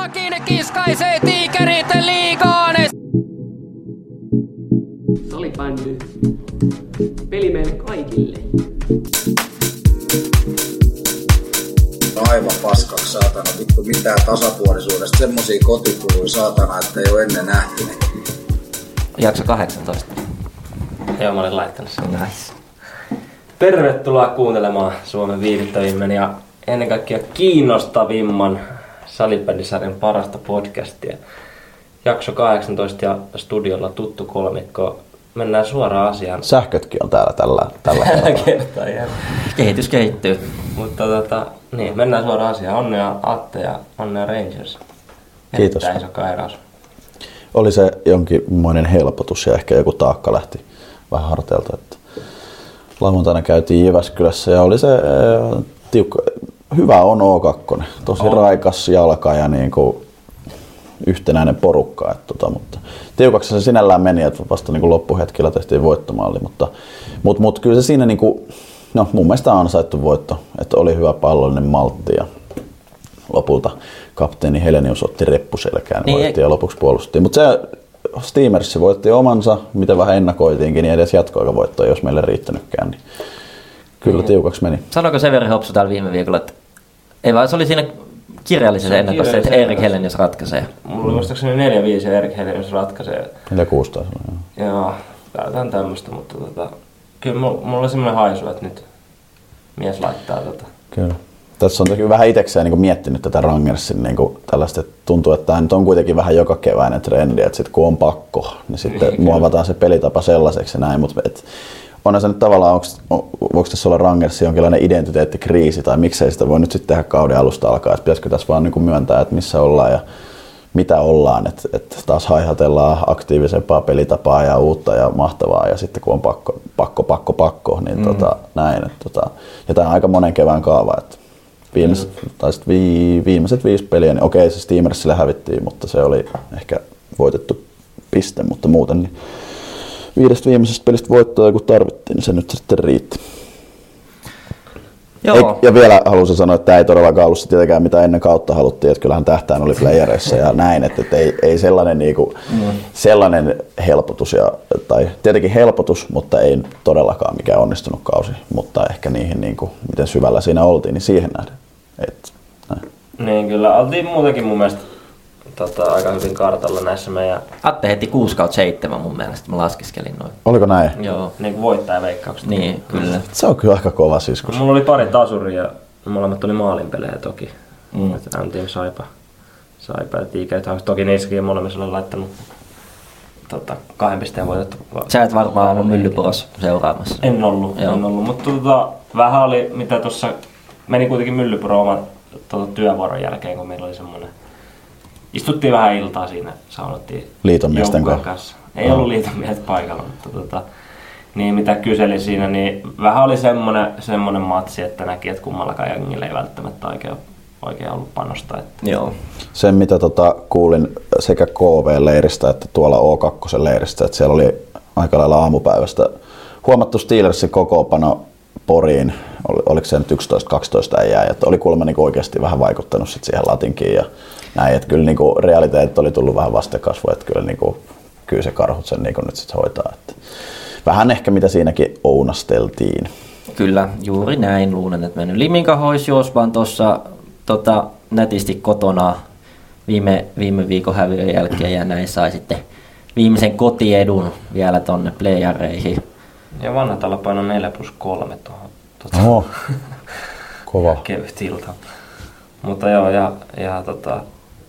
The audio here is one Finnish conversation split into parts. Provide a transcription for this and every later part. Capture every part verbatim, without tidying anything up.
Todellakin kiskaisee tiikerit liigaan. Salibändy. Peli meille kaikille. Aivan paskaksi saatana, vittu mitään tasapuolisuudesta, semmosia kotikuluja saatana, että ei oo ennen nähty. Jakso kahdeksantoista. Joo, mä olin laittanut sen. Nice. Tervetuloa kuuntelemaan Suomen viihdyttävimmän ja ennen kaikkea kiinnostavimman salibändisarjan parasta podcastia. Jakso kahdeksantoista ja studiolla tuttu kolmikko. Mennään suoraan asiaan. Sähkötkin on täällä tällä, tällä kertaa. Kehitys kehittyy. Mutta tota, niin, mennään suoraan asiaan. Onnea Atte ja onnea Rangers. Kiitos. Erittäin iso kairaus. Oli se jonkinmoinen helpotus ja ehkä joku taakka lähti vähän harteilta. Että lauantaina käytiin Jyväskylässä ja oli se äh, tiukka. Hyvä on O kaksi. Tosi on. Raikas jalka ja niin kuin yhtenäinen porukka. Että tota, mutta tiukaksi se sinällään meni, että vasta niin kuin loppuhetkellä tehtiin voittomalli. Mutta mut, mut, kyllä se siinä niin kuin, no, mun mielestä on ansaittu voitto. Että oli hyvä pallollinen maltti ja lopulta kapteeni Helenius otti reppuselkään niin voitti ja lopuksi puolustettiin. Mutta se Steamers voitti omansa, mitä vähän ennakoitiinkin, niin edes jatkoaikavoittoa, jos meille riittänytkään. Niin kyllä tiukaksi meni. Sanoiko Severi Hopsu täällä viime viikolla, että ei vaan se oli siinä kirjallisessa ennakossa, että Erik Helenius ratkaisee. Mulla oli muistaakseni neljä viisi ja Erik Helenius ratkaisee. neljä kuusi taisi olla, joo. Joo, jotain tämmöistä, mutta tota, kyllä mulla, mulla oli semmoinen haisu, että nyt mies laittaa tota. Kyllä. Tässä on toki vähän itsekseen niin kuin miettinyt tätä Rangersin niin kuin tällaista, että tuntuu, että tämä nyt on kuitenkin vähän joka keväinen trendi, että sit kun on pakko, niin sitten niin, muovataan se pelitapa sellaiseksi ja näin, mutta et, onhan se nyt tavallaan, onko, voiko tässä olla Rangersin jonkinlainen identiteettikriisi tai miksei sitä voi nyt sitten tehdä kauden alusta alkaa, että pitäisikö tässä vaan niin kuin myöntää, että missä ollaan ja mitä ollaan, että, että taas haihatellaan aktiivisempaa pelitapaa ja uutta ja mahtavaa ja sitten kun on pakko, pakko, pakko, pakko, niin mm. tota, näin. Että, tota, ja tämä on aika monen kevään kaava, että Viimeiset, tai vi, viimeiset viisi peliä, niin okei se Steamersille hävittiin, mutta se oli ehkä voitettu piste, mutta muuten niin viidestä viimeisestä pelistä voittoa kun tarvittiin, niin se nyt sitten riitti. Joo. Ei, ja vielä haluaisin sanoa, että tämä ei todellakaan ollut tietenkään mitä ennen kautta haluttiin, että kyllähän tähtäin oli playereissa ja näin, että, että ei, ei sellainen, niinku, mm. sellainen helpotus, ja, tai tietenkin helpotus, mutta ei todellakaan mikään onnistunut kausi, mutta ehkä niihin, niinku, miten syvällä siinä oltiin, niin siihen nähden. Et, näin. Niin kyllä, oltiin muutenkin mun mielestä tota, aika hyvin kartalla näissä meidän. Atte heti kuusi kautta seitsemän mun mielestä, mä laskiskelin noin. Oliko näin? Joo. Niin kuin voittajaveikkaukset. Niin, kyllä. Se on kyllä aika kova siskus. Mulla oli pari tasuria ja molemmat oli maalinpelejä toki. Mm. M-Team Saipa, Saipa ja Tiikerit. Toki niissäkin molemmissa olen laittanut tota, kahden pisteen voitettu. Sä et varmaan ollut Myllypurossa seuraamassa. En ollut, en ollut. Mutta tota, vähän oli mitä tuossa, meni kuitenkin Myllypuro oman tota, työvuoron jälkeen, kun meillä oli semmoinen. Istuttiin vähän iltaa siinä, saunottiin liitonmiesten kanssa. Ei ollut liitonmiehet paikalla, mutta tota, niin mitä kyselin siinä, niin vähän oli semmoinen, semmoinen matsi, että näki, että kummallakaan jengillä ei välttämättä oikein, oikein ollut panosta. Että. Joo. Sen mitä tota, kuulin sekä K V-leiristä että tuolla O kaksi-leiristä, että siellä oli aika lailla aamupäivästä huomattu Steelersin kokoopano Poriin, Ol, oliko se nyt yksitoista kaksitoista äijää, että oli kuulemma niin oikeasti vähän vaikuttanut sit siihen latinkiin ja näin, että kyllä niinku realiteetit oli tullut vähän vastakasvua, että kyllä, niinku, kyllä se Karhut sen niinku nyt sit hoitaa. Että vähän ehkä mitä siinäkin ounasteltiin. Kyllä, juuri näin luulen, että mennyt. Liminka hoisi jos vaan tuossa tota, nätisti kotona viime, viime viikon häviön jälkeen ja näin sai sitten viimeisen kotiedun vielä tonne playareihin. Ja vanha talo paino neljä plus kolme tuohon. Tota, Oho, kova. Kevyt ilta. Mutta joo, ja, ja tota,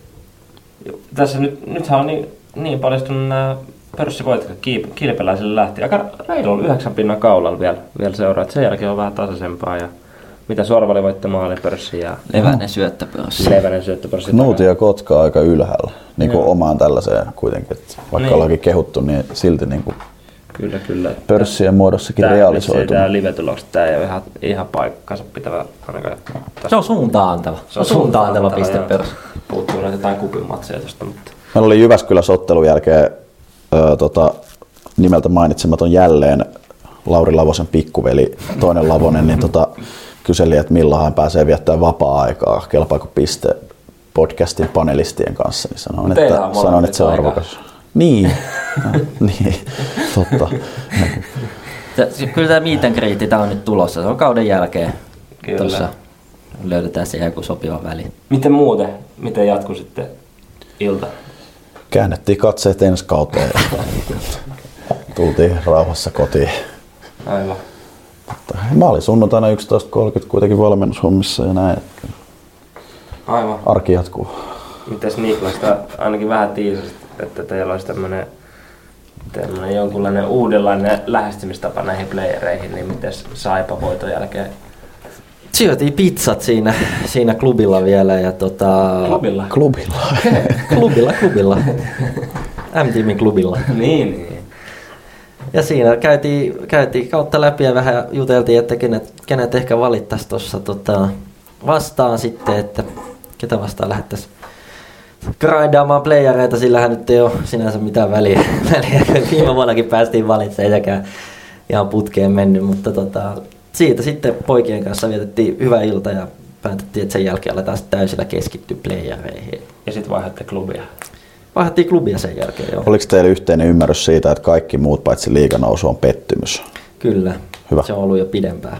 tässä nyt, nythän on niin, niin paljastunut nämä pörssivoitot, kun kilpeläisille lähti. Aika reilu oli yhdeksän pinnan kaulalla vielä, vielä seuraa, että sen jälkeen on vähän tasaisempaa. Ja mitä Sorvali voitti maalipörssi ja Levänen syöttöpörssi. Levänen syöttöpörssi. Nuuti ja Kotka aika ylhäällä, niin kuin omaan tällaiseen kuitenkin. Että vaikka niin. Ollaankin kehuttu, niin silti niin kuin kyllä, kyllä. pörssien muodossakin realisoitunut. Tämä live-tulokset, tämä ei ole ihan, ihan paikkansa pitävä. Ainakaan, se on suuntaan-antava. Se on suuntaan-antava pistepörssi. Puuttuu näitä jotain kupin matseja tästä. Mutta. Meillä oli Jyväskylässä ottelun jälkeen ö, tota, nimeltä mainitsematon jälleen Lauri Lavosen pikkuveli, toinen Lavonen, niin tota, kyseli, että milloin hän pääsee viettämään vapaa-aikaa, kelpaako piste podcastin panelistien kanssa, niin sanoin, Teillä että, sanoin, että se on arvokas. Niin, no, niin, totta. Kyllä tämä meet and greet, tämä on nyt tulossa, se on kauden jälkeen. Kyllä. Tuossa löydetään siihen joku sopiva väli. Miten muuten? Miten jatkui sitten ilta? Käännettiin katseet ensi kauteen ja tultiin rauhassa kotiin. Aivan. Mä olin sunnuntaina yksitoista kolmekymmentä kuitenkin valmennushommissa ja näin. Aivan. Arki jatkuu. Mites Niklasta ainakin vähän tiisasit, että teillä olisi tämmönen, tämmönen jonkunlainen uudenlainen lähestymistapa näihin playereihin, niin mites Saipa voiton jälkeen? Syötiin pizzat siinä, siinä klubilla vielä ja tota... Klubilla? Klubilla. klubilla, klubilla. M-tiimin klubilla. niin, niin. Ja siinä käytiin, käytiin kautta läpi ja vähän juteltiin, että kenet, kenet ehkä valittaisi tuossa tota, vastaan sitten, että ketä vastaan lähdettäisiin grindaamaan playereita, sillähän nyt ei ole sinänsä mitään väliä. väliä. Viime vuonnakin päästiin valitsemaan, eikä ihan putkeen mennyt, mutta tota, siitä sitten poikien kanssa vietettiin hyvä ilta ja päätettiin, että sen jälkeen aletaan täysillä keskittyä playereihin. Ja sitten vaihdatte klubia. Vaihdattiin klubia sen jälkeen, joo. Oliko teillä yhteinen ymmärrys siitä, että kaikki muut paitsi liiganousu on pettymys? Kyllä, hyvä. Se on ollut jo pidempään.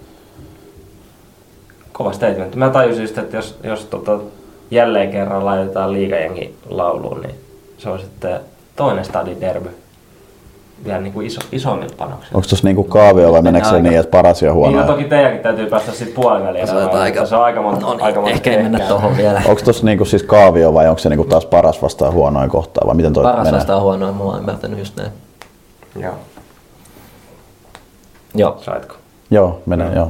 Kova statement. Mä tajusin just, että jos, jos tota, jälleen kerran laitetaan liigajengi lauluun, niin se on sitten toinen stadin derby. Vielä niin kuin iso, isommilla panoksilla. Onko tuossa niinku kaavio vai meneekö se niin, että paras ja huono? Niin, no toki teidänkin täytyy päästä sitten puoliväliin. Se on aika, se on aika monta. no niin, aika monta ehkä ei mennä tohon vielä. Onko tuossa niinku siis kaavio vai onko se niinku taas paras vastaan huonoin kohtaa vai miten toi paras menee? vastaan huonoin, mä oon ymmärtänyt just näin. Joo. Joo. Saitko? Joo, menee, joo.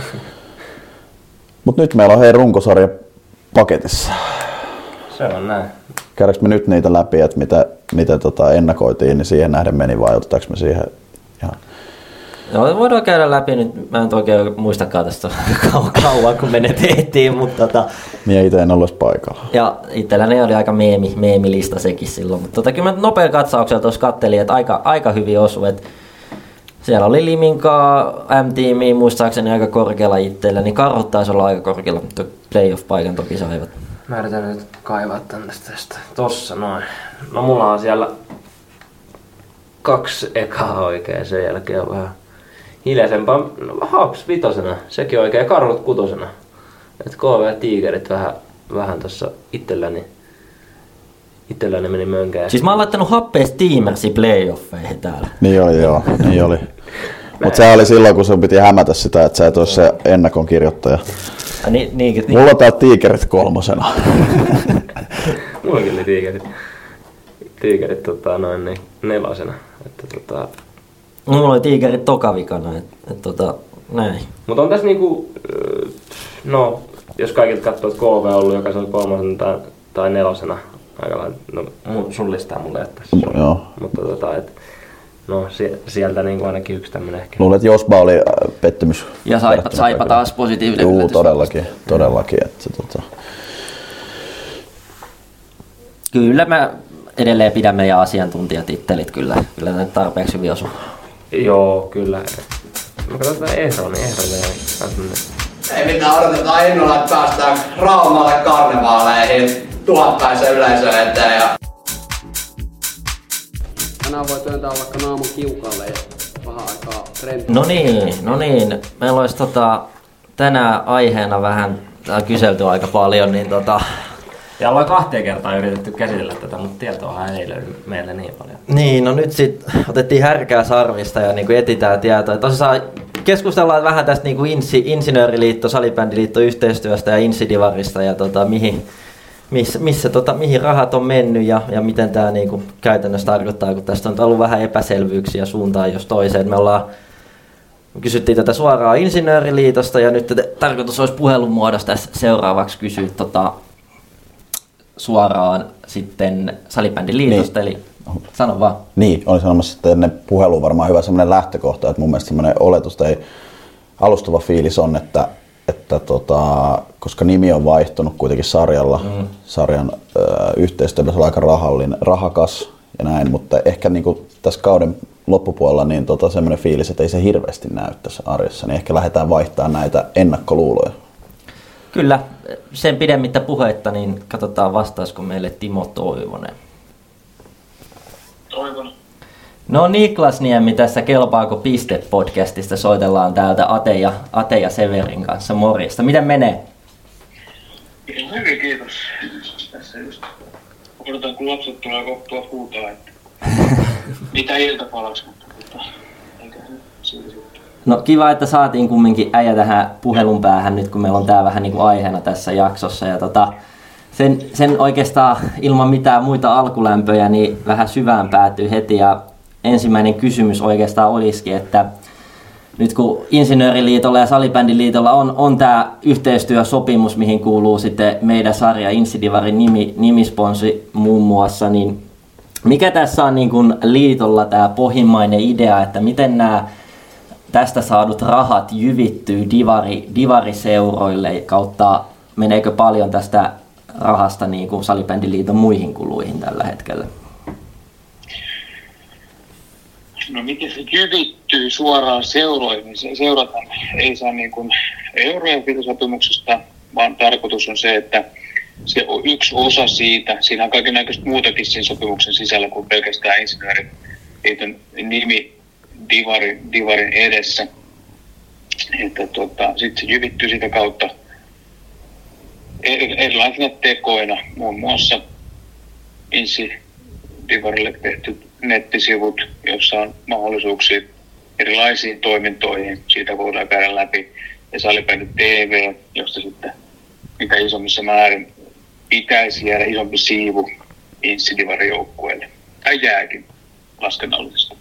Mut nyt meillä on hei runkosarja paketissa. Se on näin. Käydäänkö me nyt niitä läpi, että mitä, mitä tota ennakoitiin, niin siihen nähden meni vai otetaanko me siihen ihan... No, voidaan käydä läpi nyt. Mä en oikein muistakaan tästä kauan, kun me ne tehtiin, mutta tota... Minä itse en ollut paikalla. Ja itselläni oli aika meemi, meemilista sekin silloin, mutta tota, kyllä mä nopea katsauksella tuossa kattelin, että aika, aika hyvin osui, että siellä oli Liminkaa, M-tiimiä muistaakseni aika korkealla itsellä, niin Karhut taisi olla aika korkealla, mutta playoff-paikan toki saivat. Mä yritän nyt kaivaa tänne tästä. Tossa noin. No mulla on siellä kaksi ekaa oikein, sen jälkeen on vähän hiljaisempaa. No, Hawks vitosena, sekin oikein, Karhut kutosena. Et K V ja Tigerit vähän, vähän tossa itselläni, itselläni meni mönkään. Siis mä oon laittanut happea Steamersi playoffeihin täällä. Niin oli joo, niin oli. Mutta se oli silloin, kun sun piti hämätä sitä, että sä et ole se ennakon kirjoittaja. Ja niin, niin, niin. Mulla on tää Tigerit kolmosena. Mullakin oli Tigerit. Tigerit tota, noin niin, nelosena. Että, tota... No, mulla oli Tigerit tokavikana, että et, tota, näin. Mutta on tässä niinku, no jos kaikilta katsoo, että K V on ollut jokaisella kolmosena tai, tai nelosena, aika lailla, no sun listaa mulle jättäisi. Joo. Mutta tota, et, no sieltä niinku ainakin yksi tämmönen ehkä. Luulen, että Josba oli pettymys. Ja Saipa, saipa taas positiivinen Juu, yllätys. todellakin, todellakin. Että, tota... Kyllä mä edelleen pidän meidän asiantuntijatittelit kyllä. Kyllä ne tarpeeksi hyvin osuu. Joo, kyllä. Mä katsotaan Ehro, niin Ehro jäi. Ei mitään, odotetaan innolla, että päästään Raumalle karnevaaleihin tuhatpäisen yleisön eteen. Ja... Tänään voi työntää vaikka naamun kiukalle ja vähän aikaa rentää. No niin, no niin. Meillä olisi tota, tänään aiheena vähän, tää on kyselty aika paljon, niin tota... Ja ollaan kahteen kertaan yritetty käsitellä tätä, mutta tietoahan ei löydy meille niin paljon. Niin, no nyt sitten otettiin härkää sarvista ja niinku etsitään tietoa. Tosissaan keskustellaan vähän tästä niinku insi, Insinööriliitto, Salibändiliitto yhteistyöstä ja Insidivarista ja tota, mihin, missä, missä, tota, mihin rahat on mennyt ja, ja miten tämä niinku käytännössä tarkoittaa, kun tästä on ollut vähän epäselvyyksiä suuntaan jos toiseen. Me ollaan kysyttiin tätä suoraan Insinööriliitosta ja nyt tätä, tarkoitus olisi puhelun muodossa tässä seuraavaksi kysyä tota, suoraan sitten Salibändiliitosta, niin. Eli sano vaan. Niin, olin sanomassa, että ennen puhelua varmaan hyvä semmoinen lähtökohta, että mun mielestä semmoinen oletus tai alustava fiilis on, että, että tota, koska nimi on vaihtunut kuitenkin sarjalla, mm. sarjan ö, yhteistyö on aika rahallinen, rahakas ja näin, mutta ehkä niin kuin tässä kauden loppupuolella niin tota, semmoinen fiilis, että ei se hirveästi näy tässä arjessa, niin ehkä lähdetään vaihtamaan näitä ennakkoluuloja. Kyllä, sen pidemmittä puhetta, niin katsotaan vastaisiko meille Timo Toivonen. Toivonen. No Niklas Niemi tässä Kelpaako piste-podcastista soitellaan täältä Ate ja, Ate ja Severin kanssa. Morjesta. Miten menee? Ihan hyvin, kiitos. Tässä just odotan, kun lapset tulee kohtua huutaa, että mitä iltapalaksi, mutta eikä siitä sitten. No kiva, että saatiin kumminkin äijä tähän puhelun päähän nyt, kun meillä on tää vähän niin kuin aiheena tässä jaksossa. Ja tota, sen, sen oikeastaan ilman mitään muita alkulämpöjä niin vähän syvään päätyy heti. Ja ensimmäinen kysymys oikeastaan olisikin, että nyt kun Insinööriliitolla ja Salibändiliitolla on, on tämä yhteistyösopimus, mihin kuuluu sitten meidän sarja Insidivarin nimi, nimisponsi muun muassa, niin mikä tässä on niin kuin liitolla tämä pohjimmainen idea, että miten nämä tästä saadut rahat jyvittyy divari, divariseuroille kautta, meneekö paljon tästä rahasta niin kuin Salibändiliiton muihin kuluihin tällä hetkellä? No miten se jyvittyy suoraan seuroihin? Se seurata ei saa niin kuin eurojen sopimuksesta, vaan tarkoitus on se, että se on yksi osa siitä. Siinä on kaikennäköistä muutakin siinä sopimuksen sisällä kuin pelkästään Insinööriliiton nimi divarin, divarin edessä. Että tota, sitten se jyvittyy sitä kautta erilaisina tekoina, muun muassa Insidivarille tehty nettisivut, joissa on mahdollisuuksia erilaisiin toimintoihin. Siitä voidaan käydä läpi. Ja Salibändi T V, josta sitten mitä isommissa määrin pitäisi jäädä isompi siivu Insidivarin joukkueelle. Tai jääkin laskennallisesti.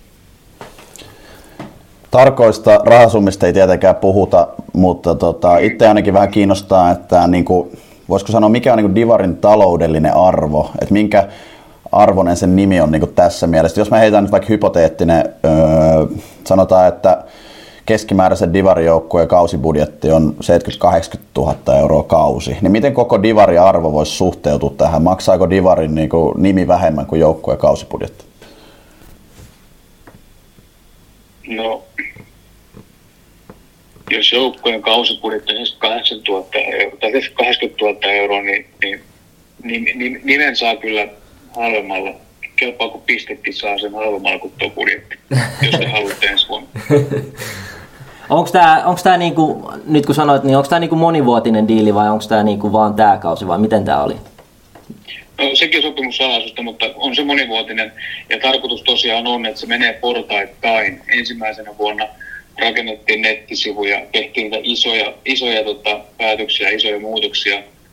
Tarkoista rahasummista ei tietenkään puhuta, mutta tota, itse ainakin vähän kiinnostaa, että niin kuin, voisiko sanoa, mikä on niin kuin divarin taloudellinen arvo, että minkä arvoinen sen nimi on niin kuin tässä mielessä. Jos mä heitän nyt vaikka hypoteettinen, öö, sanotaan, että keskimääräisen divarijoukkueen kausibudjetti on seitsemänkymmentä kahdeksankymmentä tuhatta euroa kausi, niin miten koko divarin arvo voisi suhteutua tähän? Maksaako divarin niin kuin nimi vähemmän kuin joukkueen kausibudjetti? No, jos joukkojen kausibudjetti on kahdeksankymmentätuhatta euroa, niin, niin, niin, niin nimen saa kyllä halvemmalla. Kelpaako pistekin saa sen halvemmalla kuin tuo budjetti, jos te haluatte ensi vuonna. Onko tämä, onko tämä niinku, nyt kun sanoit, niin onko tämä niinku monivuotinen diili vai onko tämä niinku vaan tämä kausi vai miten tämä oli? No, sekin on sopimussalaisuutta, mutta on se monivuotinen ja tarkoitus tosiaan on, että se menee portaittain. Ensimmäisenä vuonna rakennettiin nettisivuja, tehtiin niitä isoja, isoja tota, päätöksiä, isoja muutoksia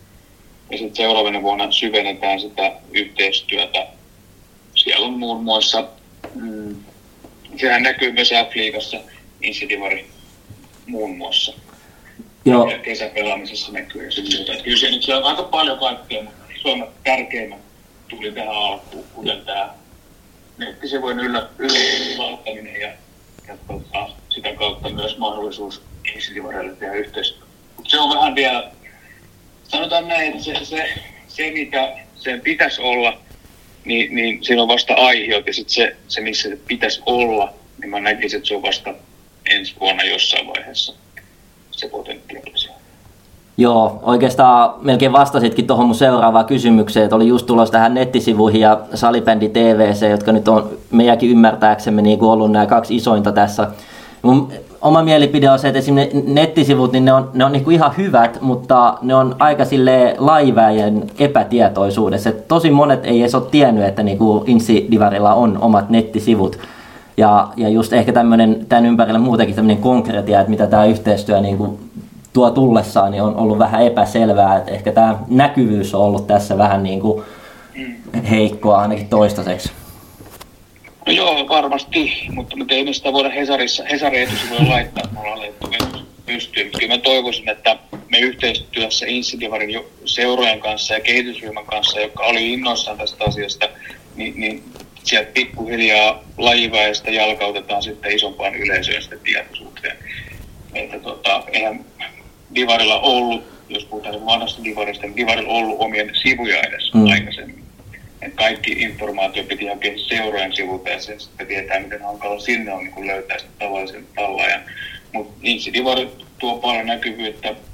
ja sitten seuraavana vuonna syvennetään sitä yhteistyötä. Siellä on muun muassa, mm, sehän näkyy myös F-liigassa, Insidivari muun muassa. Joo. Ja kesäpelaamisessa näkyy ja sen muuta. Kyllä siellä, siellä on aika paljon kaikkea, mutta Suomen tärkeimmät tuli tähän alkuun, kuten tämä nettisivujen yllä, ylläpityminen ja, ja tota, sitä kautta myös mahdollisuus Insidivarille tehdä yhteistyötä. Se on vähän vielä, sanotaan näin, että se, se, se mitä sen pitäisi olla, niin, niin siinä on vasta aiheut ja sitten se, se, missä se pitäisi olla, niin mä näkisin, että se on vasta ensi vuonna jossain vaiheessa se potentiaali. Joo, oikeastaan melkein vastasitkin tuohon mun seuraavaan kysymykseen, että oli just tulossa tähän nettisivuihin ja Salibändi T V, jotka nyt on meidänkin ymmärtääksemme niin kuin ollut nämä kaksi isointa tässä. Mun oma mielipide on se, että esimerkiksi nettisivut, niin ne on, ne on niin kuin ihan hyvät, mutta ne on aika silleen laiväjän epätietoisuudessa. Että tosi monet ei edes ole tiennyt, että niin kuin Insidivarilla on omat nettisivut. Ja, ja just ehkä tämmöinen, tämän ympärillä muutenkin tämmöinen konkretia, että mitä tämä yhteistyö niin kuin tuo tullessaan, niin on ollut vähän epäselvää, että ehkä tämä näkyvyys on ollut tässä vähän niin kuin heikkoa ainakin toistaiseksi. No joo, varmasti, mutta me emme sitä voida Hesarissa, Hesarin etusivuilla laittaa, että me ollaan laittu pystyyn. Kyllä mä toivoisin, että me yhteistyössä Insidivarin seurojen kanssa ja kehitysryhmän kanssa, joka oli innoissaan tästä asiasta, niin, niin sieltä pikkuhiljaa lajiväestä jalkautetaan sitten isompaan yleisöön sitten tietoisuuteen. Että tota, eihän Divarilla ollut, jos puhutaan vanhasta Divarista, niin Divarilla ollut omien sivuja edes mm. aikaisemmin. Et kaikki informaatio piti hakea seurojen sivulta ja se sitten tietää, miten hankala sinne on niin löytää sitä tavallisen tallaajan. Mutta Insidivari tuo paljon näkyvyyttä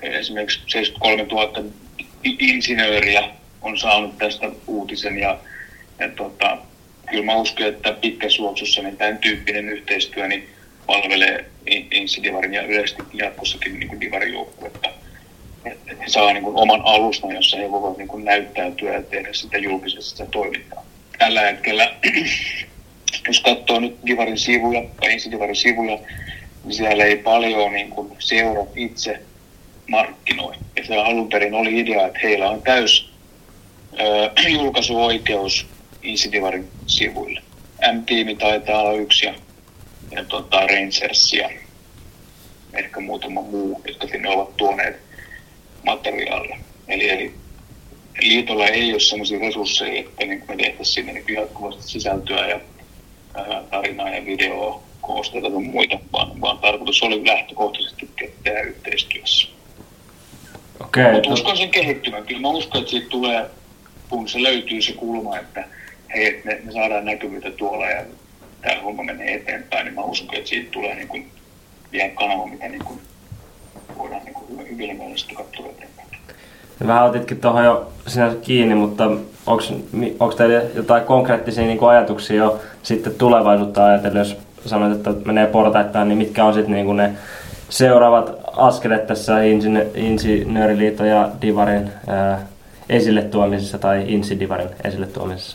esimerkiksi seitsemänkymmentäkolmetuhatta insinööriä on saanut tästä uutisen ja, ja tota, kyllä mä uskon, että pitkässä juoksussa niin tämän tyyppinen yhteistyö niin palvelee Insidivarin ja yleisesti jatkossakin niin kuin Divarin joukkuetta. Että he saa niin kuin oman alustan, jossa he voivat niin kuin näyttäytyä ja tehdä sitä julkisesta toimintaa. Tällä hetkellä, jos katsoo nyt Divarin sivuja tai Insidivarin sivuja, niin siellä ei paljon niin kuin seurat itse markkinoi. Ja se alun perin oli idea, että heillä on täys ö, julkaisuoikeus Insidivarin sivuille. M-tiimi taitaa olla yksi ja, ja tota, Rangers ja ehkä muutama muu, jotka sinne ovat tuoneet materiaalia. Eli, eli liitolla ei ole sellaisia resursseja, että niin me tehtäisiin sinne niin jatkuvasti sisältöä ja ää, tarinaa ja videoa, koosteita ja muita, vaan, vaan tarkoitus oli lähtökohtaisesti tehdä yhteistyössä. Okay, Mutta uskon sen kehittyvän. Kyllä mä uskon, että siitä tulee, kun se löytyy se kulma, että hei, me, me saadaan näkyvyyttä tuolla ja tämä homma menee eteenpäin, niin mä uskon, että siitä tulee niin kuin vielä kanava, mitä niin kuin voidaan niin kuin hyvillä mielestä katsoa eteenpäin. Vähän otitkin tuohon jo sinänsä kiinni, mutta onko teillä jotain konkreettisia niin kuin ajatuksia jo sitten tulevaisuutta ajatellen, jos sanoit, että menee portaittain, niin mitkä on sitten niin kuin ne seuraavat askeleet tässä Insinööriliiton ja Divarin ää, esille tuomisessa tai Insidivarin esille tuomisessa?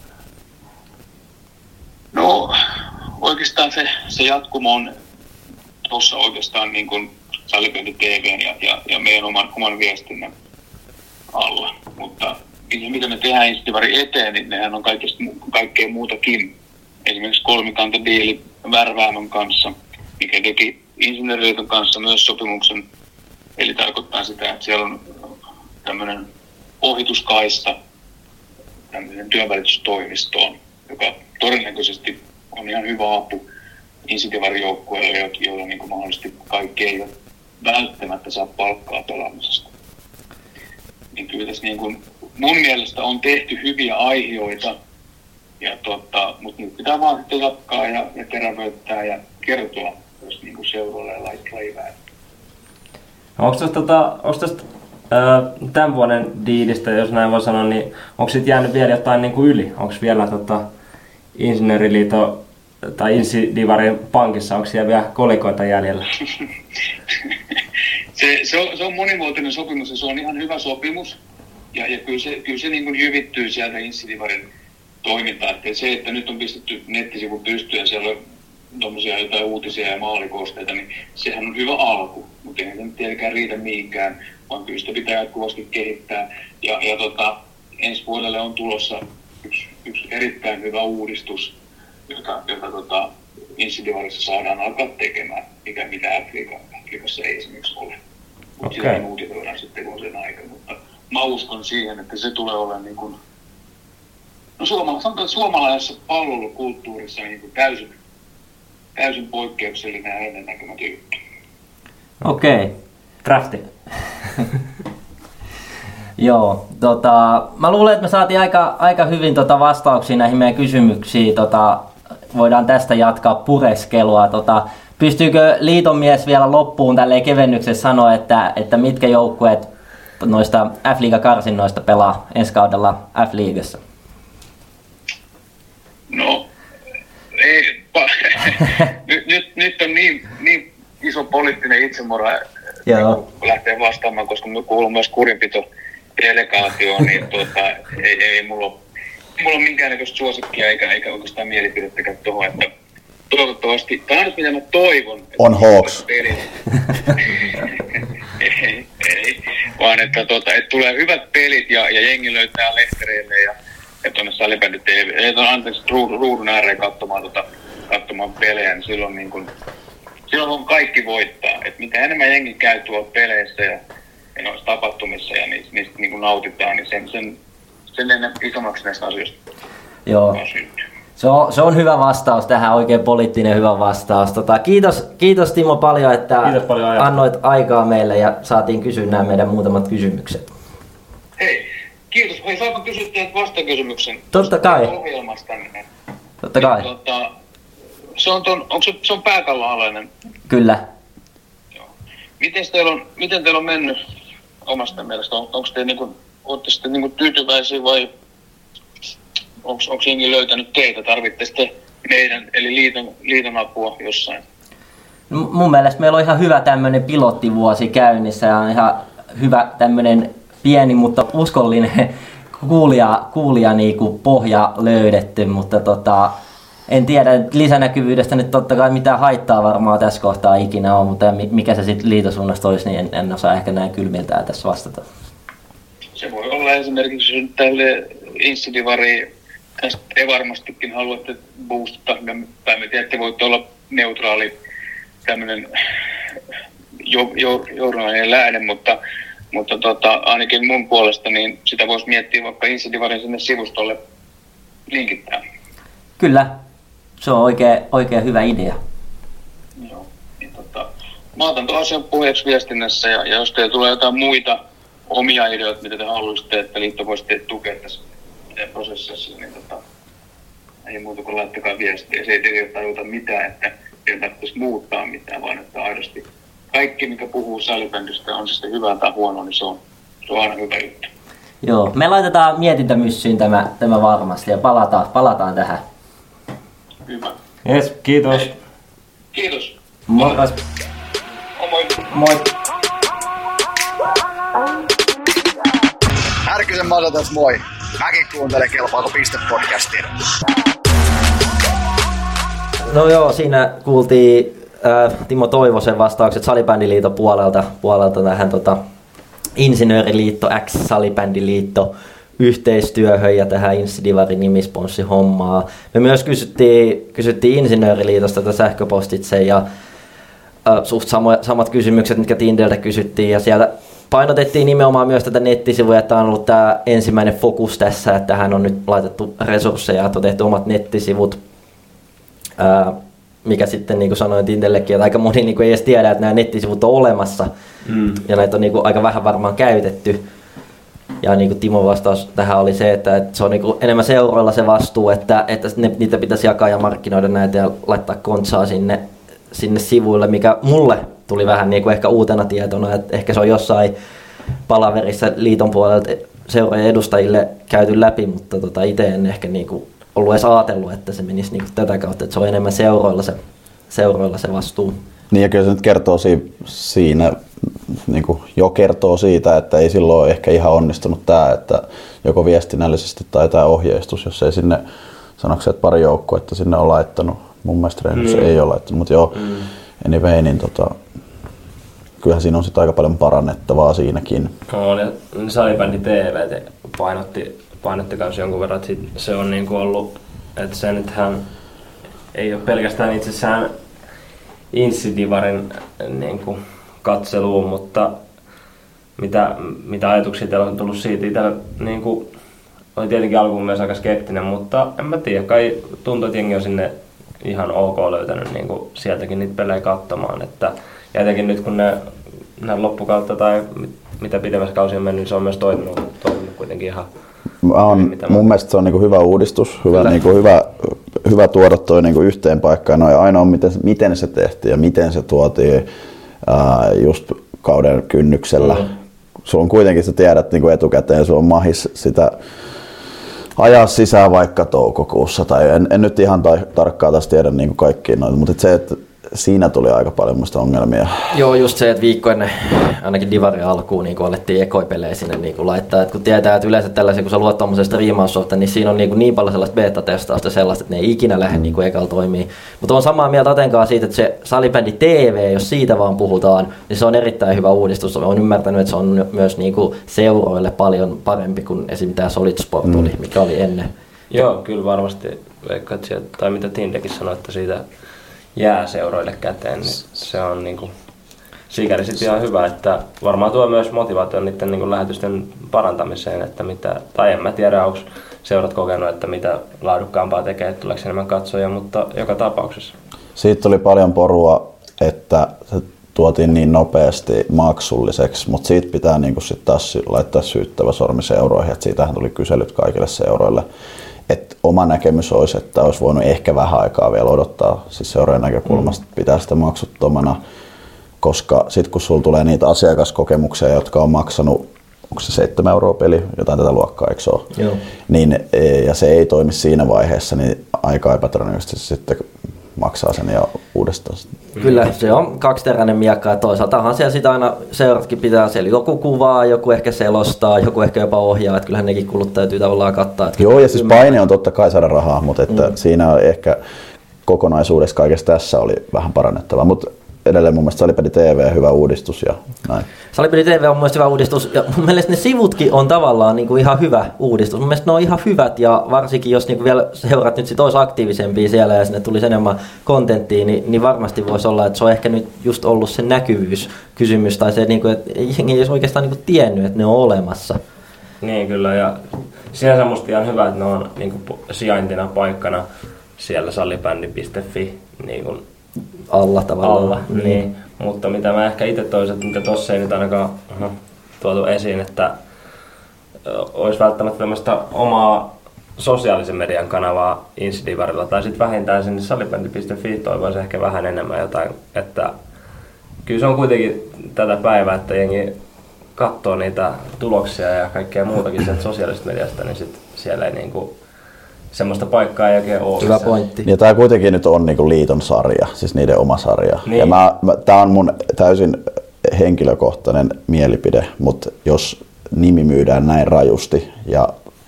No oikeastaan se, se jatkumo on tuossa oikeastaan niin kuin Salibändi T V:n ja, ja, ja meidän oman, oman viestinnän alla. Mutta mitä me tehdään Insidivarin eteen, niin nehän on kaikkea muutakin. Esimerkiksi kolmikantadiili Värväämön kanssa, mikä teki Insinööriliiton kanssa myös sopimuksen. Eli tarkoittaa sitä, että siellä on tämmöinen ohituskaista tämmöisen työnvälitystoimistoon, joka todennäköisesti on ihan hyvä apu Insidivarin joukkueille, joilla niin kuin mahdollisesti kaikki eivät välttämättä saa palkkaa pelaamisesta. Niin kyllä tässä niin kuin mun mielestä on tehty hyviä aihioita, ja tota, mutta nyt pitää vaan sitten jatkaa ja, ja terävöittää ja kertoa myös niin kuin seuroille ja lajivään. No, onko tästä, tota, onko tästä ää, tämän vuoden diilistä, jos näin voi sanoa, niin onko siitä jäänyt vielä jotain niin kuin yli? Onko vielä tota, Insinööriliiton tai Insidivarin pankissa, onko siellä vielä kolikoita jäljellä? se, se, on, se on monivuotinen sopimus ja se on ihan hyvä sopimus. Ja, ja kyllä se, kyllä se niin kuin jyvittyy sieltä Insidivarin toimintaa. Että se, että nyt on pistetty nettisivu pystyyn ja siellä on tuommoisia jotain uutisia ja maalikoosteita, niin sehän on hyvä alku. Mutta eihän se nyt tietenkään riitä mihinkään, vaan kyllä sitä pitää jatkuvasti kehittää. Ja, ja tota, ensi vuodelle on tulossa yksi, yksi erittäin hyvä uudistus, jota, jota tota, Insidivarissa saadaan alkaa tekemään, mikä mitä F-liigassa ei esimerkiksi ole. Mutta okay. Sitä uutisoidaan sitten vuosien aikana. Mutta mä uskon siihen, että se tulee olemaan niin kuin, no suomala, sanotaan, suomalaisessa palvelukulttuurissa niin kuin täysin, täysin poikkeuksellinen ja ennennäkemätön juttu. Okei, okay. Drafti. Joo, tota, mä luulen, että me saatiin aika, aika hyvin tota vastauksia näihin meidän kysymyksiin. Tota, voidaan tästä jatkaa pureskelua. Tota, pystyykö liiton mies vielä loppuun tälleen kevennyksessä sanoa, että, että mitkä joukkueet noista F-liiga-karsinnoista pelaa ensi kaudella F-liigassa? No, ei, nyt, nyt, nyt on niin, niin iso poliittinen itsemurha niin lähteä vastaamaan, koska me kuuluu myös kurinpito delegaatioon, niin tuota, ei, ei mulla ole, mulla ole minkäännäköistä suosikkia eikä, eikä oikeastaan mielipidettäkään tuohon, että toivottavasti, tämä on nyt mitä mä toivon. On Hawks. ei, ei, vaan että, tuota, että tulee hyvät pelit ja, ja jengi löytää lehtereille ja, ja tuonne Salibändi T V, ei tuonne anteeksi ruudun, ruudun ääreen katsomaan, tuota, katsomaan pelejä, niin silloin, niin kun, silloin on kaikki voittaa. Et mitä enemmän jengi käy tuolla peleissä ja, ja noissa tapahtumissa ja niistä, niistä niin nautitaan, niin sen, sen, sen ennen isommaksi näistä asioista Joo. Se on, se on hyvä vastaus tähän, oikein poliittinen hyvä vastaus. Tota, kiitos, kiitos Timo paljon, että paljon annoit aikaa meille ja saatiin kysyä nämä meidän muutamat kysymykset. Hei, kiitos. Hei, saanko kysyä teiltä vastakysymyksen? Totta kai. Ohjelmastanne. Totta kai. Niin, tota, se on, ton, onko se, se on pääkallon alainen? Kyllä. Joo. miten teillä on, miten teillä on mennyt omasta mielestä? On, onko te niinku, ootte sitten niinku tyytyväisiä vai onko jengi löytänyt teitä? Tarvitte meidän eli liiton, liiton apua jossain? Mun mielestä meillä on ihan hyvä tämmönen pilottivuosi käynnissä ja on ihan hyvä tämmönen pieni, mutta uskollinen kuulija, kuulija niinku pohja löydetty, mutta tota, en tiedä, lisänäkyvyydestä nyt totta kai mitään haittaa varmaan tässä kohtaa ikinä on, mutta mikä se sitten liitosuunnasta olisi, niin en, en osaa ehkä näin kylmiltään tässä vastata. Se voi olla esimerkiksi, jos tälle Insidivariin tästä te varmastikin haluatte boostata, tai me tiedätte, voitte olla neutraali tämmöinen jo, jo, journalinen lähde, mutta, mutta tota, ainakin mun puolesta niin sitä voisi miettiä vaikka Insidivarin sinne sivustolle linkittää. Kyllä, se on oikein, oikein hyvä idea. Joo, niin tota, mä otan tuon asian puheeksi viestinnässä ja, ja jos teillä tulee jotain muita omia ideoita, mitä te haluaisitte, että liitto voisi teitä tukea tässä prosessissa, niin tota, ei muuta kuin laittakaa viestiä. Se ei teille tajuta mitään, että ei tarvitsisi muuttaa mitään, vaan että aidosti kaikki, mikä puhuu salibändistä, on se sitten hyvää tai huonoa, niin se on, se on aina hyvä juttu. Joo, me laitetaan mietintämyssyyn tämä, tämä varmasti ja palataan, palataan tähän. Hyvä. Jes, kiitos. Hei. Kiitos. Morjes. Moi. Moi. Härkysen Mato tässä moi. Mäkin kuuntelen Kelpaako Piste-podcastia. No joo, siinä kuultiin äh, Timo Toivosen vastaukset Salibändiliiton puolelta, puolelta tähän tota, Insinööriliitto X Salibändiliitto yhteistyöhön ja tähän Insidivarin nimisponssihommaa. Me myös kysyttiin, kysyttiin Insinööriliitosta tätä sähköpostitse ja äh, suht samo, samat kysymykset, mitkä Tindeltä kysyttiin ja sieltä painotettiin nimenomaan myös tätä nettisivuja, että on ollut tämä ensimmäinen fokus tässä, että tähän on nyt laitettu resursseja, että on tehty omat nettisivut, ää, mikä sitten niin kuin sanoin Tindellekin, että aika moni niin kuin ei edes tiedä, että nämä nettisivut on olemassa mm. ja näitä on niin kuin aika vähän varmaan käytetty. Ja niin kuin Timon vastaus tähän oli se, että, että se on niin kuin enemmän seuroilla se vastuu, että, että ne, niitä pitäisi jakaa ja markkinoida näitä ja laittaa kontsaa sinne, sinne sivuille, mikä mulle tuli vähän niin kuin ehkä uutena tietona, että ehkä se on jossain palaverissa liiton puolelta seurojen edustajille käyty läpi, mutta tota itse en ehkä niin kuin ollut edes ajatellut, että se menisi niin kuin tätä kautta, että se on enemmän seuroilla se, seuroilla se vastuu. Niin ja kyllä se nyt kertoo siinä, niin kuin jo kertoo siitä, että ei silloin ehkä ihan onnistunut tämä, että joko viestinnällisesti tai tämä ohjeistus, jos ei sinne, sanoksi, että pari joukkuetta sinne on laittanut, mun mielestä Rehdyssä mm. ei ole laittanut, mutta joo, mm. anyway, niin tota, kyllähän siinä on sitten aika paljon parannettavaa siinäkin. No, ja Salibändi T V painotti, painotti kanssa jonkun verran, että sit se on niinku ollut, että se nythän ei ole pelkästään itsessään Insidivarin niinku katseluun, mutta mitä, mitä ajatuksia teillä on tullut siitä? Itsellä niinku, oli tietenkin alkuun myös aika skeptinen, mutta en mä tiedä, kai tuntuu, että jengi on sinne ihan ok löytänyt niinku sieltäkin niitä pelejä katsomaan, että ja etenkin nyt kun ne, ne loppukautta tai mitä pidemmässä kausi on mennyt, niin se on myös toiminut, toiminut kuitenkin ihan on, hyvin, mun mielestä se on niinku hyvä uudistus, hyvä, niinku hyvä, hyvä tuoda toi niinku yhteen paikkaan. No, ainoa miten, miten se tehtiin ja miten se tuotiin ää, just kauden kynnyksellä. Mm. Sulla on kuitenkin, sä tiedät niinku etukäteen, sulla on mahis sitä ajaa sisään vaikka toukokuussa. Tai en, en nyt ihan ta- tarkkaan taas tiedä niinku kaikkiin noita, mutta se, että siinä tuli aika paljon muista ongelmia. Joo, just se, että viikko ennen ainakin Divarin alkuun niin alettiin ekoipelejä sinne niin laittaa. Et kun tietää, että yleensä tällaisia, kun sä luot tuommoisesta striimaussofta, niin siinä on niin, niin paljon sellaista beta-testausta sellaista, että ne ei ikinä lähde niin ekalla toimii. Mutta on samaa mieltä Atenkaan siitä, että se Salibändi T V, jos siitä vaan puhutaan, niin se on erittäin hyvä uudistus. Olen ymmärtänyt, että se on myös niin kuin seuroille paljon parempi kuin esimerkiksi tämä Solid Sport oli, mm. mikä oli ennen. Joo, kyllä varmasti. Veikkaat sieltä, tai mitä Tindekin sanoi, että siitä jää seuroille käteen, niin se on niinku sikäli sitten ihan hyvä, että varmaan tuo myös motivaation niiden niinku lähetysten parantamiseen, että mitä, tai en mä tiedä, onko seurat kokenut, että mitä laadukkaampaa tekee, että tuleeko enemmän katsojia, mutta joka tapauksessa. Siitä tuli paljon porua, että se tuotiin niin nopeasti maksulliseksi, mutta siitä pitää niinku sit taas laittaa syyttävä sormi seuroihin, että siitähän tuli kyselyt kaikille seuroille. Et oma näkemys olisi, että olisi voinut ehkä vähän aikaa vielä odottaa, siis seurojen näkökulmasta pitää sitä maksuttomana. koska sit kun sulla tulee niitä asiakaskokemuksia, jotka on maksanut, onko se seitsemän euroa peli, jotain tätä luokkaa, eikö se ole? Joo. Niin, ja se ei toimi siinä vaiheessa, niin aika epätodennäköisesti sitten maksaa sen jo uudestaan. Kyllä, se on kaksiteräinen miekka ja toisaaltahan siellä sitä aina seuratkin pitää, siellä joku kuvaa, joku ehkä selostaa, joku ehkä jopa ohjaa, että kyllähän nekin kulut täytyy tavallaan kattaa. Joo, ja siis paine on totta kai saada rahaa, mutta että mm. siinä on ehkä kokonaisuudessa kaikessa tässä oli vähän parannettavaa, mutta edelleen mun mielestä Salibändi T V hyvä uudistus ja näin. Salibändi T V on mun mielestä hyvä uudistus ja mun mielestä ne sivutkin on tavallaan niin kuin ihan hyvä uudistus. Mun mielestä ne on ihan hyvät ja varsinkin jos niin kuin vielä seurat nyt sit olisi aktiivisempia siellä ja sinne tulisi enemmän kontenttia, niin, niin varmasti voisi olla, että se on ehkä nyt just ollut se näkyvyyskysymys tai se, niin kuin, että jengi ei olisi oikeastaan niin kuin tiennyt, että ne on olemassa. Niin kyllä ja sinänsä musta ihan hyvä, että ne on niin kuin sijaintina paikkana siellä salibändi piste fi niin kuin alla tavallaan. Alla, niin. niin. Mutta mitä mä ehkä itse toisin, että mitä tossa ei nyt ainakaan uh, tuotu esiin, että uh, olisi välttämättä tämmöistä omaa sosiaalisen median kanavaa Insidivarilla tai sitten vähintään sinne salibändi piste fi toivoisi ehkä vähän enemmän jotain, että kyllä se on kuitenkin tätä päivää, että jengi katsoo niitä tuloksia ja kaikkea muutakin sieltä sosiaalisesta mediasta, niin sit siellä ei niinku semmoista paikkaa ei oikein ole. Hyvä pointti. Ja tää kuitenkin nyt on niinku liiton sarja, siis niiden oma sarja. Niin. Ja mä, mä, tää on mun täysin henkilökohtainen mielipide, mutta jos nimi myydään näin rajusti ja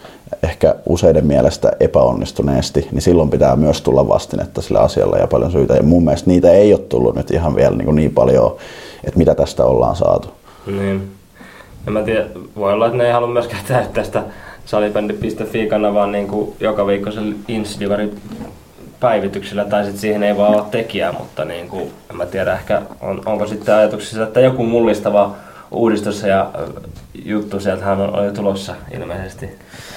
ehkä useiden mielestä epäonnistuneesti, niin silloin pitää myös tulla vastinetta sillä asialla ja paljon syitä. Ja mun mielestä niitä ei ole tullut nyt ihan vielä niin, niin paljon, että mitä tästä ollaan saatu. Niin. En mä tiedä, voi olla, että ne ei halua myöskään tehdä tästä salibändi piste fi-kanavaa niin kuin joka viikko sen Insidivarin päivityksellä, tai sitten siihen ei vaan ole tekijää, mutta niin kuin, en mä tiedä, ehkä on, onko sitten ajatuksissa, että joku mullistava uudistus ja juttu sieltähän on, on jo tulossa ilmeisesti.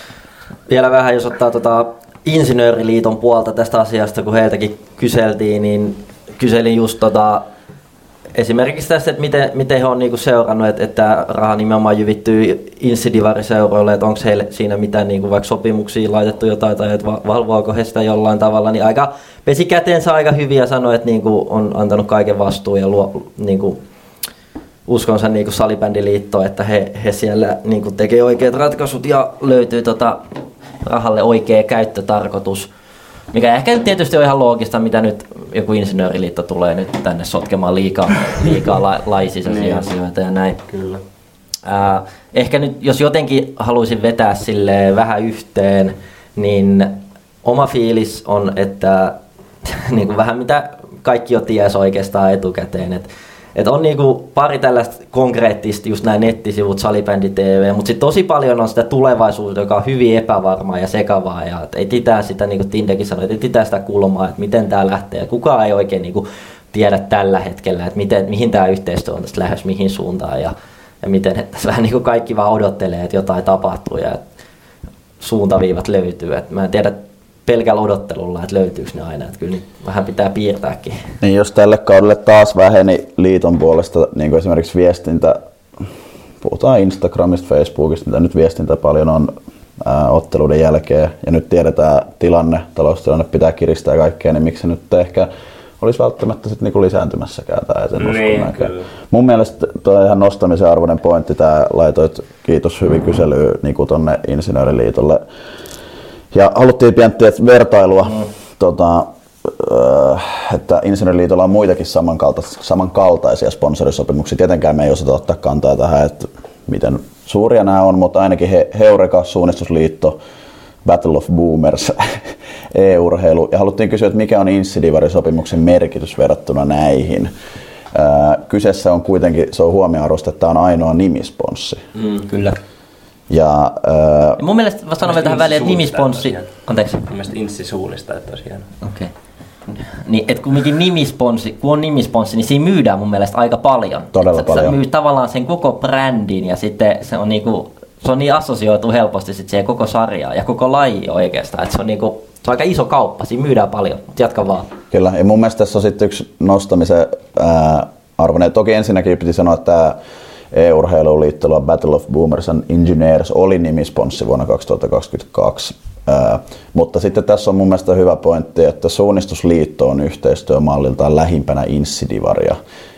Vielä vähän, jos ottaa tota Insinööriliiton puolta tästä asiasta, kun heiltäkin kyseltiin, niin kyselin just tota, esimerkiksi tästä, että miten, miten he on niinku seurannut, että, että raha nimenomaan jyvittyy Insidivariseuroille, että onko heille siinä mitään niinku vaikka sopimuksia laitettu jotain tai että valvoako he sitä jollain tavalla, niin aika pesi käteensä aika hyvin ja sanoi, että niinku on antanut kaiken vastuun ja luo niinku uskonsa niinku salibändiliittoon, että he, he siellä niinku tekee oikeat ratkaisut ja löytyy tota rahalle oikea käyttötarkoitus. Mikä ehkä nyt tietysti on ihan loogista, mitä nyt joku insinööriliitto tulee nyt tänne sotkemaan liikaa, liikaa la, laisisäisiä asioita ja näin. Kyllä. Äh, ehkä nyt, jos jotenkin haluaisin vetää sille vähän yhteen, niin oma fiilis on, että niin kuin vähän mitä kaikki jo ties oikeastaan etukäteen, että et on niinku pari tällaista konkreettista, just nämä nettisivut, Salibändi T V, mutta sitten tosi paljon on sitä tulevaisuutta, joka on hyvin epävarmaa ja sekavaa. Ja ei titää sitä, niin kuin Tindekin sanoi, että ei titää sitä kulmaa, että miten tämä lähtee. Kukaan ei oikein niinku tiedä tällä hetkellä, että miten, mihin tämä yhteistyö on tästä lähes, mihin suuntaan. Ja, ja miten että vähän niinku kaikki vaan odottelee, että jotain tapahtuu ja suuntaviivat löytyy. Et mä en tiedä pelkällä odottelulla, että löytyykö ne aina. Että kyllä niin vähän pitää piirtääkin. Niin jos tälle kaudelle taas väheni liiton puolesta niin kuin esimerkiksi viestintä, puhutaan Instagramista, Facebookista, mitä nyt viestintä paljon on ää, otteluiden jälkeen, ja nyt tiedetään tilanne, taloustilanne pitää kiristää kaikkea, niin miksi se nyt ehkä olisi välttämättä sit niinku lisääntymässäkään tämä niin, mun mielestä tuo on ihan nostamisen arvoinen pointti, tämä laitoit, kiitos hyvin kyselyä niinku tonne Insinööriliitolle. Ja haluttiin pienttiä vertailua, mm. tota, että Insinööriliitolla on muitakin samankaltaisia, samankaltaisia sponsorisopimuksia. Tietenkään me ei osata ottaa kantaa tähän, että miten suuria nämä on, mutta ainakin he, Heureka, Suunnistusliitto, Battle of Boomers, e-urheilu. Ja haluttiin kysyä, että mikä on Insidivari-sopimuksen merkitys verrattuna näihin. Kyseessä on kuitenkin, se on huomioarvoista, että tämä on ainoa nimisponssi. Mm, kyllä. Ja, öö, ja mun mielestä mä sanon vielä tähän väliin, että nimisponssi... Anteeksi. Mun mielestä Inssi suunnista, että olisi hieno. Okei. Okay. Niin, että kumminkin nimisponssi, kun on nimisponssi, niin siinä myydään mun mielestä aika paljon. Todella sä, paljon. Sä myyt tavallaan sen koko brändin ja sitten se on niinku... Se on niin assosioitu helposti sit siihen koko sarjaan ja koko laji oikeastaan, että se on niinku... Se on aika iso kauppa, siinä myydään paljon, mutta jatka vaan. Kyllä, ja mun mielestä tässä on sitten yksi nostamisen ää, arvoinen. Toki ensinnäkin piti sanoa, että tämä e-urheiluliittolla Battle of Boomers and Engineers oli nimisponssi vuonna kaksituhattakaksikymmentäkaksi. Ää, mutta sitten tässä on mun mielestä hyvä pointti, että Suunnistusliitto on yhteistyömalliltaan lähimpänä Insidivaria.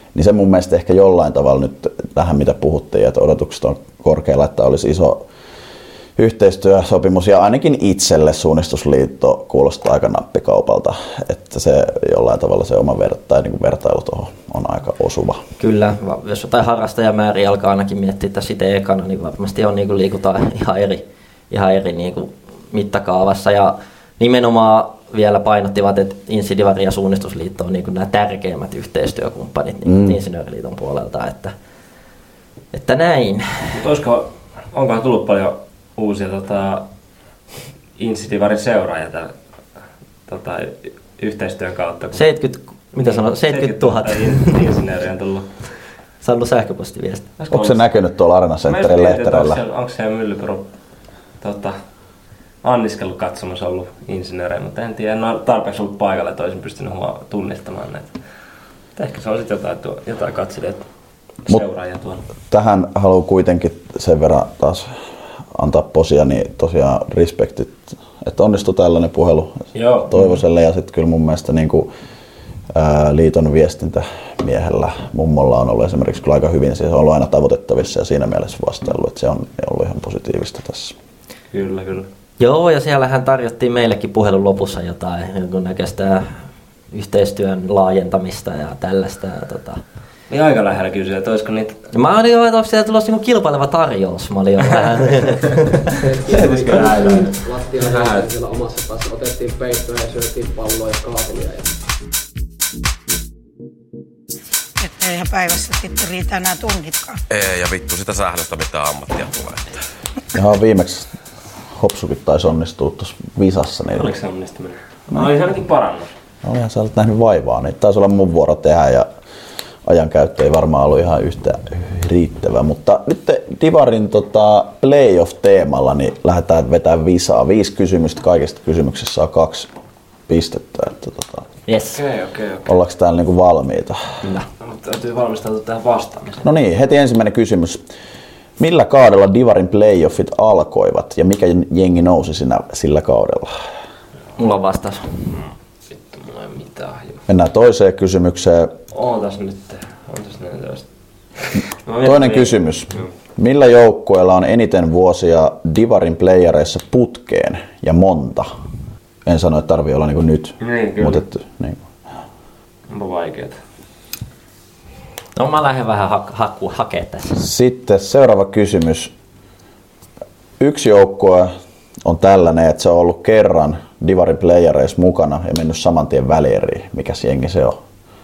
Niin se mun mielestä ehkä jollain tavalla nyt tähän mitä puhuttiin, että odotukset on korkealla, että olisi iso yhteistyösopimus ja ainakin itselle Suunnistusliitto kuulostaa aika nappikaupalta, että se jollain tavalla se oma ver- tai niin kuin vertailu tuohon on aika osuva. Kyllä, jos jotain harrastajamääriä alkaa ainakin miettiä tässä itse ekana, niin varmasti on, niin kuin liikutaan ihan eri, ihan eri niin kuin mittakaavassa ja nimenomaan vielä painottivat, että Insidivari ja Suunnistusliitto on niin kuin nämä tärkeimmät yhteistyökumppanit niin mm. Insinööriliiton puolelta, että, että näin. Olisiko, onkohan tullut paljon uusia tota, Insidivarin seuraajia tämän tota, yhteistyön kautta? seitsemänkymmentä, mitä sanoo, seitsemänkymmentätuhatta insinööriä on tullut. Saanut sähköpostiviesti. Onko se näkynyt tuolla Arena Centerin lehtereillä? Onko siellä Myllypyro tota, anniskellut katsomassa ollut insinöörejä, mutta en tiedä, en ole tarpeeksi ollut paikalla, että olisin pystynyt tunnistamaan näitä. Mutta ehkä se on sitten jotain, jotain katselijoita seuraajia tuolla. Tähän haluan kuitenkin sen verran taas antaa posia, niin tosiaan respektit, että onnistui tällainen puhelu Joo. Toivoselle ja sitten kyllä mun mielestä niin kuin, ää, liiton viestintämiehellä mummolla on ollut esimerkiksi kyllä aika hyvin, se on ollut aina tavoitettavissa ja siinä mielessä vastaillut, että se on ollut ihan positiivista tässä. Kyllä, kyllä. Joo, ja siellähän tarjottiin meillekin puhelun lopussa jotain jonkunnäköistä yhteistyön laajentamista ja tällaista. Ja, tota. Niin aika lähellä kysyä, että olisiko niitä... Mä olin jo, että onko siellä tulossa niinku kilpaileva tarjous. Mä olin jo vähän... Lattialla siellä omassa päässä otettiin peittoja ja syötiin palloa ja kahvia. Ja... Että eihän päivässä sitten riitä enää tunnitkaan. Ei, ja vittu sitä sählöstä mitään ammattia tulee. Ihan viimeksi Hopsukin taisi onnistua tuossa visassa. Niin... Oliko se onnistuminen? No, oli se ainakin parannus. Olihan sä olet nähnyt vaivaa, niin taisi olla mun vuoro tehdä ja ajankäyttö ei varmaan ollut ihan yhtä riittävä. Mutta nyt Divarin tota, playoff-teemalla niin lähdetään vetämään visaa. Viisi kysymystä, kaikista kysymyksessä saa kaksi pistettä. Että, tota, yes. Okei, okei, okei. Ollaanko täällä niinku valmiita? Kyllä. No, mutta täytyy valmistautua tähän vastaamiseen. No niin, heti ensimmäinen kysymys. Millä kaudella Divarin playoffit alkoivat ja mikä jengi nousi siinä, sillä kaudella? Mulla on vastaus. Vittu, mulla ei mitään. Mennään toiseen kysymykseen. Ootas nyt. Ootas neljätoista. Toinen kysymys. Millä joukkueella on eniten vuosia Divarin playereissa putkeen ja monta? En sano, että tarvii olla niinku nyt. Niin, kyllä. Mut et, niin. Onpa vaikeeta. No mä lähden vähän ha- haku hakee tässä. Sitten seuraava kysymys. Yksi joukkue on tällainen, että se on ollut kerran Divarin playereissa mukana ja mennyt saman tien välieriin. Mikäs jengi se on?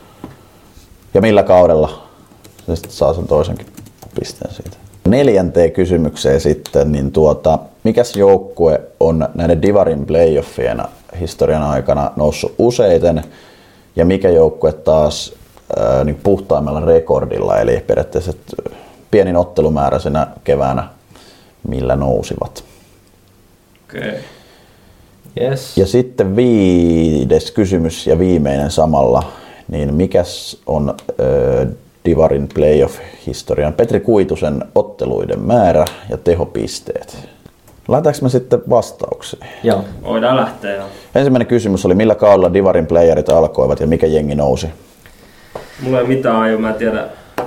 Ja millä kaudella? Se sitten saa sen toisenkin pisteen siitä. Neljänteen kysymykseen sitten, niin tuota, mikäs joukkue on näiden Divarin playoffien historian aikana noussut useiten ja mikä joukkue taas ää, niin puhtaimmalla rekordilla, eli periaatteessa pienin ottelumääräisenä keväänä, millä nousivat. Okei. Okay. Yes. Ja sitten viides kysymys ja viimeinen samalla, niin mikäs on ää, Divarin playoff-historian Petri Kuitusen otteluiden määrä ja tehopisteet? Laitetaanko me sitten vastauksiin? Joo. Voidaan lähteä jo. Ensimmäinen kysymys oli, millä kaudella Divarin playerit alkoivat ja mikä jengi nousi? Mulla ei mitään aju, mä en tiedä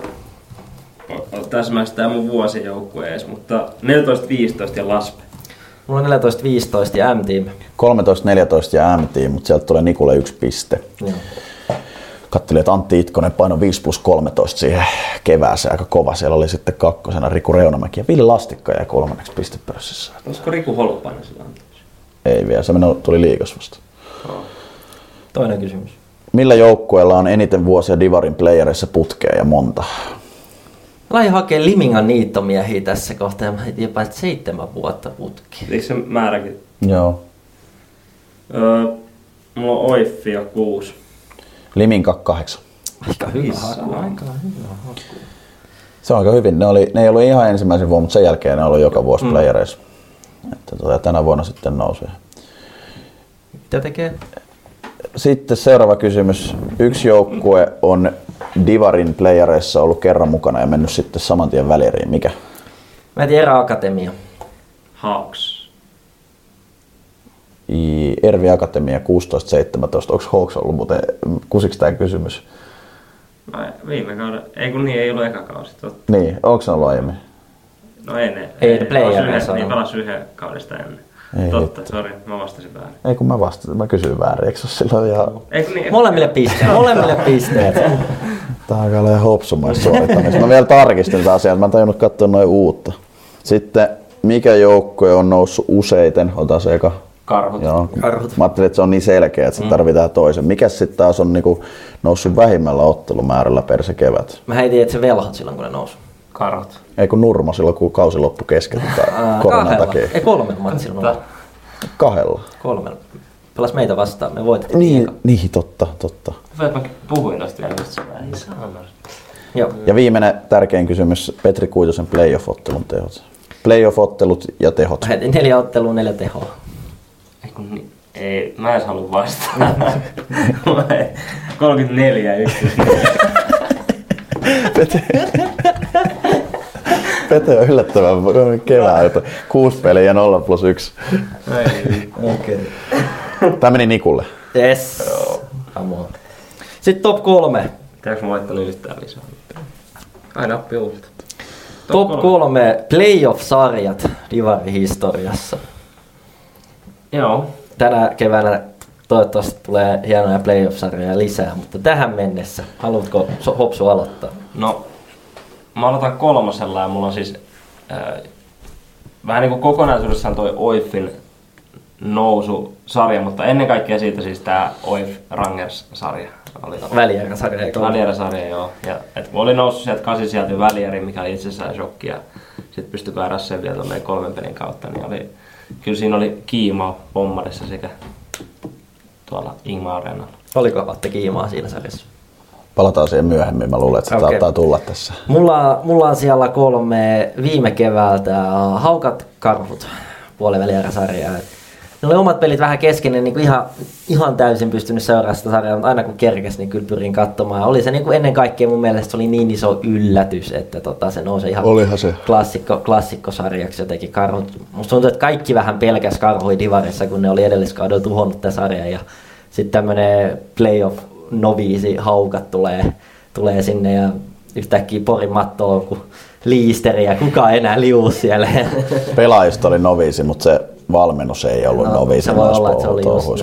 täsmäksi tää mun vuosijoukkue edes, mutta neljätoista viisitoista ja Laspe. Mulla on neljätoista viisitoista ja M-team. kolmetoista neljätoista ja M-team, mutta sieltä tulee Nikulle yksi piste. Joo. Kattelin, että Antti Itkonen painoi viisi plus kolmetoista siihen kevääseen aika kova. Siellä oli sitten kakkosena Riku Reunamäki ja Ville Lastikka jäi kolmanneksi pistepörssissä. Olisiko Riku Holopainen sillä anteeksi? Ei vielä, se meni, tuli liigas vasta. Oh. Toinen kysymys. Millä joukkueella on eniten vuosia Divarin playereissa putkea ja monta? Lähdin hakemaan Limingan niittomiehiä tässä kohtaa ja mä heitin jopa seitsemän vuotta putkeen. Eikö se määräkin? Joo. Öö, mulla on Oiffi ja kuusi. Liminka kahdeksan. Aika hyvä haku, aika hyvä haku. Se on aika hyvin. Ne, oli, ne ei ollut ihan ensimmäisen vuonna, mutta sen jälkeen ne oli joka vuosi mm. playereissa. Että tuota, tänä vuonna sitten nousi. Mitä tekee? Sitten seuraava kysymys. Yksi joukkue on Divarin playereissa ollut kerran mukana ja mennyt sitten saman tien välieriin. Mikä? Mä tiedän Akatemia. Hawks. Ervi Akatemia kuusitoista seitsemäntoista. Onko Hawks ollut muuten, kusiksi tämä kysymys? No, viime kauden, ei kun niin, ei ollut eka kausi, totta. Niin, onko se ollut aiemmin? No ennen. Ei, ei playereissa niin pelas yhden kaudesta ennen. Ei totta, hitto. sori, mä vastasin väärin. Ei kun mä vastasin, mä kysyin väärin, eikö se ole silloin ihan... Ei, niin, molemmille pisteet, molemmille pisteet. Tää on aika paljon hopsumais suorittamista. Mä vielä tarkistin tätä asiaa, mä en tajunnut katsoa noin uutta. Sitten, mikä joukkue on noussut useiten? Ota se eka. Karhut. Joo. Karhut. Mä ajattelin, että se on niin selkeä, että se mm. tarvitaan toisen. Mikäs sitten taas on niinku noussut vähimmällä ottelumäärällä per se kevät? Mä heitin, että se velhot silloin kun ne nousi. Karhut. Ei kun Nurmo silloin kun kausi loppui kesken koronan takia. Ei kolmella matsilla nousi. Kahdella. Kolmella. Pelas meitä vastaan, me voitettiin. Niin, niin, totta, totta. Hyvä, että mä puhuin tosta vielä just sitä. Ei saa. Joo. Ja viimeinen tärkein kysymys, Petri Kuitosen playoff-ottelun tehot. Playoff-ottelut ja tehot. Heti neljä ottelua, neljä tehoa. Ei kun niin. Ei, mä en halua vastaa. kolmekymmentäneljä yksi. Pete. Pete on yllättävän kevään. Kuusi peliä ja nolla plus yksi. Okei. Tää meni Nikulle. Yes. Sitten top kolme. Pitääkö mä voittanut yhtään lisää? Aina oppi uutta. Top, top kolme playoff-sarjat Divari-historiassa. Joo. Tänä keväänä toivottavasti tulee hienoja playoff-sarjoja lisää, mutta tähän mennessä, haluatko Hopsu aloittaa? No, mä aloitan kolmosella ja mulla on siis äh, vähän niin kuin kokonaisuudessaan toi O I Fin nousu-sarja, mutta ennen kaikkea siitä siis tää O I F Rangers-sarja. Välijärä-sarja, eikö? Välijärä-sarja, joo. Ja, et kun oli noussut sieltä kasi sieltä välijäriin, mikä oli itsessään shokki, ja sit pystyi käydä sen vielä tuolleen kolmen pelin kautta, niin oli, kyllä siinä oli kiimaa Pommadessa sekä tuolla Ingma Areenalla. Oliko Atte kiimaa siinä sarjassa? Palataan siihen myöhemmin, mä luulen, että se okay. saattaa tulla tässä. Mulla, mulla on siellä kolme viime keväältä Haukat Karhut puolivälierä-sarjaa. Ne oli omat pelit vähän kesken, niin kuin ihan, ihan täysin pystynyt seuraamaan sitä sarjaa, mutta aina kun kerkes, niin kyllä pyrin katsomaan. Oli se niin kuin ennen kaikkea mun mielestä se oli niin iso yllätys, että tota, se nousi ihan se. klassikko, klassikkosarjaksi jotenkin. Karhut. Musta tuntuu, että kaikki vähän pelkäs Karhui Divarissa, kun ne oli edelliskaudella tuhonnut tämän sarjan. Ja sitten tämmönen playoff-noviisi Haukat tulee, tulee sinne ja yhtäkkiä Porin matto on kuin liisteri ja kukaan enää liuu siellä. Pelaajista oli noviisi, mutta se valmennus ei ollut no, noviisi. Se voi olla, että se oli just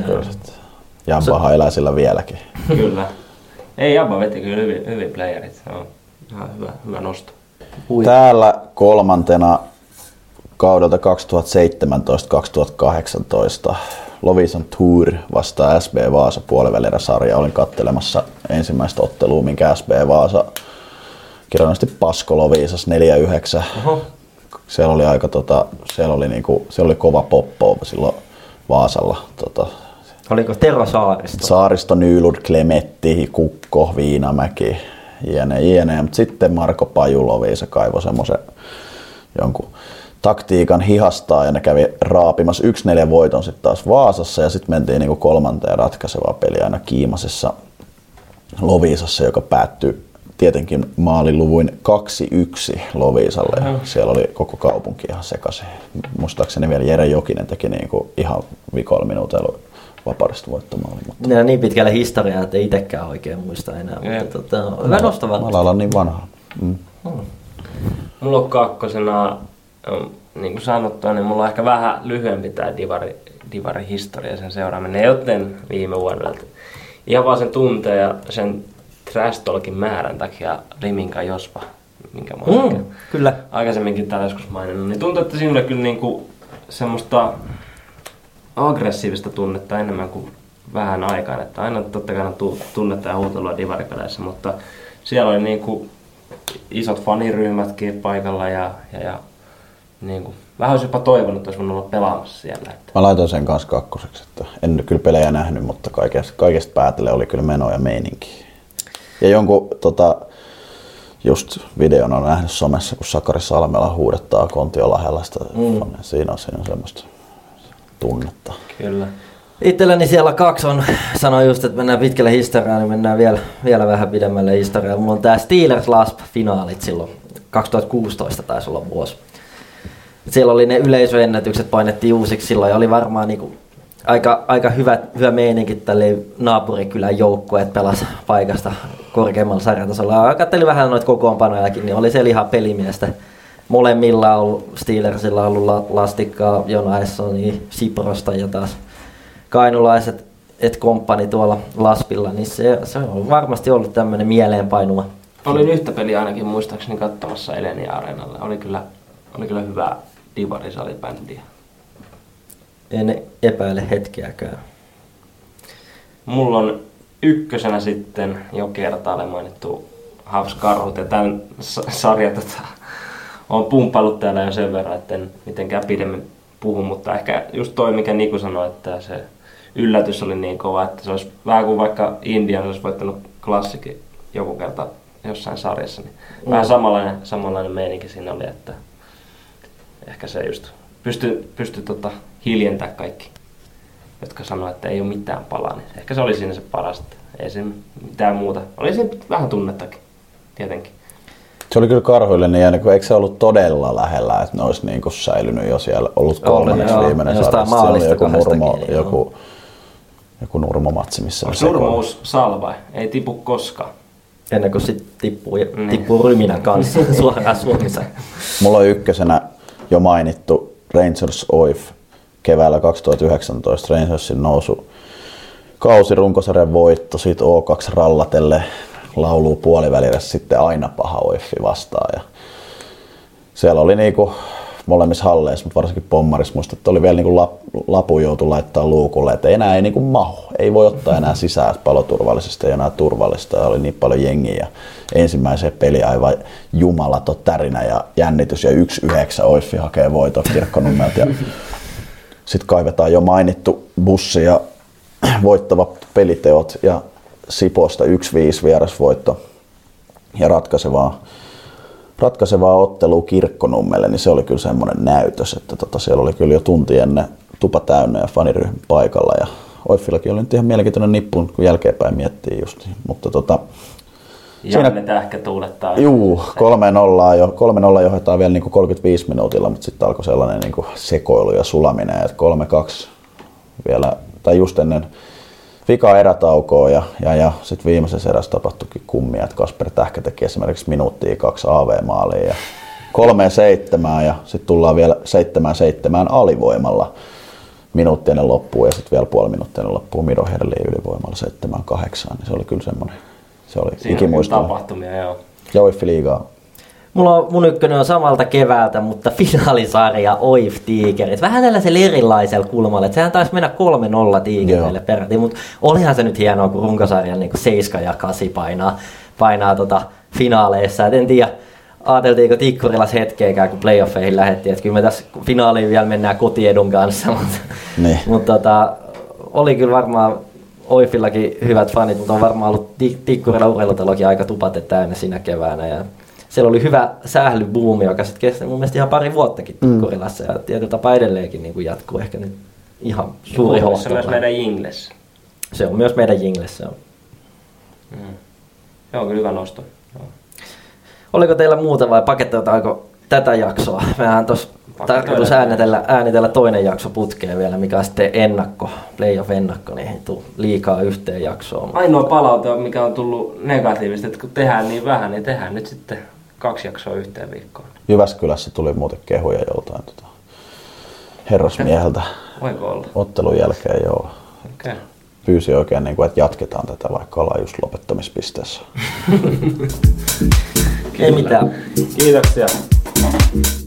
Jabbahan elää sillä vieläkin. Kyllä. Ei, Jabba veti kyllä hyvin, hyvin playerit. Se on ihan hyvä, hyvä nosto. Hui. Täällä kolmantena kaudelta kaksituhattaseitsemäntoista kaksituhattakahdeksantoista Loviisan Tour vastaa S B Vaasa puolivälierä-sarja. Olin kattelemassa ensimmäistä ottelua, minkä S B Vaasa kirjallisesti pasko Loviisas neljä yhdeksän. Oho. Siellä oli aika tota, siellä oli niinku, siellä oli kova poppo silloin Vaasalla. Tota, oliko Tero Saaristo? Saaristo, Nylund, Klemetti, Kukko, Viinamäki, jne, jne. Mutta sitten Marko Pajuloviisa kaivoi semmoisen jonkun taktiikan hihastaa ja ne kävi raapimassa yksi neljä voiton sitten taas Vaasassa ja sitten mentiin niinku kolmanteen ratkaisevaa peliä aina Kiimasessa Loviisassa, joka päättyi tietenkin maaliluvuin kaksi yksi Loviisalle. Mm-hmm. Siellä oli koko kaupunki ihan sekaisin. Muistaakseni vielä Jere Jokinen teki niinku ihan vikoilla minuutilla vapaudesta voittomaali. Mutta... Ne on niin pitkällä historiaa, että itsekään oikein muista enää. Yeah. Mutta tota, hyvä nosto varmasti. Malala on niin vanha. Mm. Hmm. Mulla on kakkosena, niin kuin sanottua, niin mulla on ehkä vähän lyhyempi tää divari, divari historia sen seuraaminen, joten viime vuodelta. Ihan vaan sen tunteen ja sen trash talkin määrän takia Liminka Jospa, minkä mä oon mm, kyllä. aikaisemminkin täällä joskus maininnut, niin tuntuu, että siinä oli kyllä niinku semmoista aggressiivista tunnetta enemmän kuin vähän aikaan, että aina totta kai on tunnetta ja huutelua divaripeleissä, mutta siellä oli niinku isot faniryhmätkin paikalla ja, ja, ja niinku, vähän olisi jopa toivonut, että olisi voinut olla pelaamassa siellä. Että. Mä laitoin sen kanssa kakkoseksi, että en kyllä pelejä nähnyt, mutta kaikesta, kaikesta päätellen oli kyllä meno ja meininki. Ja jonkun tota, just videon on nähnyt somessa, kun Sakari Salmela huudettaa Kontiolahellasta. Mm. Siinä on, siinä on semmoista tunnetta. Kyllä. Itselläni siellä kaksi on, sanoin just, että mennään pitkälle historiaan, niin mennään vielä, vielä vähän pidemmälle historiaan. Mulla on tää Steelers-Lasp-finaalit silloin, kaksituhattakuusitoista taisi olla vuosi. Siellä oli ne yleisöennätykset, painettiin uusiksi silloin ja oli varmaan niinku aika, aika hyvä, hyvä meininki tälle naapurikylän joukkueet pelasi paikasta korkeammalla sarjatasolla. Katselin vähän noita kokoonpanojakin, niin oli siellä ihan pelimiestä. Molemmilla on ollut, Steelersilla on ollut Lastikkaa, Jonaissoni, Siprosta ja taas kainulaiset et komppani tuolla Laspilla, niin se, se on varmasti ollut tämmöinen mieleenpainuva. Olin yhtä peliä ainakin muistaakseni katsomassa Elenia Areenalla. Oli kyllä, oli kyllä hyvä divarisalibändiä. En epäile hetkeäkään. Mulla on ykkösenä sitten jo kertaalleen mainittu Havs Karhut ja tämän sarjan tota, on pumppaillut täällä jo sen verran, että en mitenkään pidemmin puhu, mutta ehkä just toi mikä Niku sanoi, että se yllätys oli niin kova, että se olisi vähän kuin vaikka Indian olisi voittanut klassikin joku kerta jossain sarjassa, niin mm. vähän samanlainen, samanlainen meininki siinä oli, että ehkä se just pystyi pysty tota hiljentämään kaikki, jotka sanoi, että ei ole mitään palaa, niin ehkä se oli siinä se parasta, ei siinä mitään muuta. Oli siinä vähän tunnettakin, tietenkin. Se oli kyllä Karhuille niin jäänyt, kun eikö se ollut todella lähellä, että ne olisi niin kuin säilynyt jo siellä, ollut kolmanneksi oli, viimeinen sarjassa. Siellä oli joku, nurmo, joku, joku nurmomatsi, missä se nurmous salvai, ei tipu koskaan. Ennen kuin sitten tippuu, mm. tippuu Ryminän kanssa suoraan Suomessa. Mulla on ykkösenä jo mainittu Rangers O I F keväällä kaksituhattayhdeksäntoista. Rangersin nousu kausi runkosarjan voitto, siitä O kaksi rallatelle lauluu puolivälirissä sitten aina paha O I F vastaan. Ja siellä oli niinku molemmissa halleissa, mutta varsinkin Pommarissa muista, että oli vielä niinku lap, lapu joutu laittaa luukulle, että enää ei niinku mahu, ei voi ottaa enää sisään paloturvallisesti, ei enää turvallista, ja oli niin paljon jengiä. Ja ensimmäiseen peliin aivan jumalaton tärinä ja jännitys ja yksi yhdeksän O I F hakee voiton Kirkkonummelta. Ja sitten kaivetaan jo mainittu bussi ja voittava peliteot ja Siposta yksi viisi vierasvoitto ja ratkaisevaa, ratkaisevaa ottelua Kirkkonummelle, niin se oli kyllä semmoinen näytös, että tota, siellä oli kyllä jo tunti ennen tupa täynnä ja faniryhmä paikalla ja Oiffillakin oli nyt ihan mielenkiintoinen nippu, kun jälkeenpäin miettii just, mutta tota Janne Tähkä tuulettaa. Juu, kolme nolla jo, kolme nolla johdetaan vielä niinku kolmekymmentäviisi minuutilla, mutta sitten alkoi sellainen niinku sekoilu ja sulaminen, että kolme kaksi vielä, tai just ennen vika erätaukoa ja, ja, ja sitten viimeisessä erässä tapahtuikin kummia, että Kasper Tähkä teki esimerkiksi minuuttia kaksi A V-maalia ja kolme seitsemää ja sitten tullaan vielä seitsemään seitsemään alivoimalla minuutti ennen loppuun ja sitten vielä puoli minuuttia ennen loppuun Miro Herliin ylivoimalla seitsemään kahdeksaan, niin se oli kyllä semmoinen, se oli ikimuistava. Tapahtumia, joo. Ja O I F-liigaa. Mulla on, mun ykkönen on samalta keväältä, mutta finaalisarja O I F Tigerit. Vähän tällaisella erilaisella kulmalla. Sehän taisi mennä kolme nolla Tigereille peräti, mutta olihan se nyt hienoa, kun runkosarjan niin seitsemän ja kahdeksan painaa, painaa tota finaaleissa. Et en tiedä, ajateltiinko Tikkurilas hetkeäkään, kun playoffeihin lähdettiin. Että kyllä me tässä finaaliin vielä mennään kotiedun kanssa, mutta, niin. mutta tota, oli kyllä varmaan O I Fillakin hyvät fanit, mutta on varmaan ollut Tikkurilla urheilutalokin aika tupate täynnä siinä keväänä. Ja siellä oli hyvä sählybuumi, joka sitten kesti mun mielestä ihan pari vuottakin Tikkurilassa ja tietyllä tapaa edelleenkin niin kuin jatkuu ehkä nyt ihan suuri hohto. Se on myös meidän Jingles. Se on myös meidän Jingles, se on. Mm. Se on kyllä hyvä nosto. Joo. Oliko teillä muuta vai paketoitaanko tätä jaksoa? Mehän tuossa tarkoitus äänitellä, äänitellä toinen jakso putkeen vielä, mikä on sitten ennakko, playoff-ennakko, niin ei tule liikaa yhteen jaksoon. Ainoa palaute, mikä on tullut negatiivisesti, että kun tehdään niin vähän, niin tehdään nyt sitten kaksi jaksoa yhteen viikkoon. Jyväskylässä tuli muuten kehuja joltain tota, herrasmieheltä. Voiko olla? Ottelun jälkeen, joo. Okay. Pyysi oikein, niin kuin, että jatketaan tätä, vaikka ollaan just lopettamispisteessä. Ei mitään. Kiitoksia.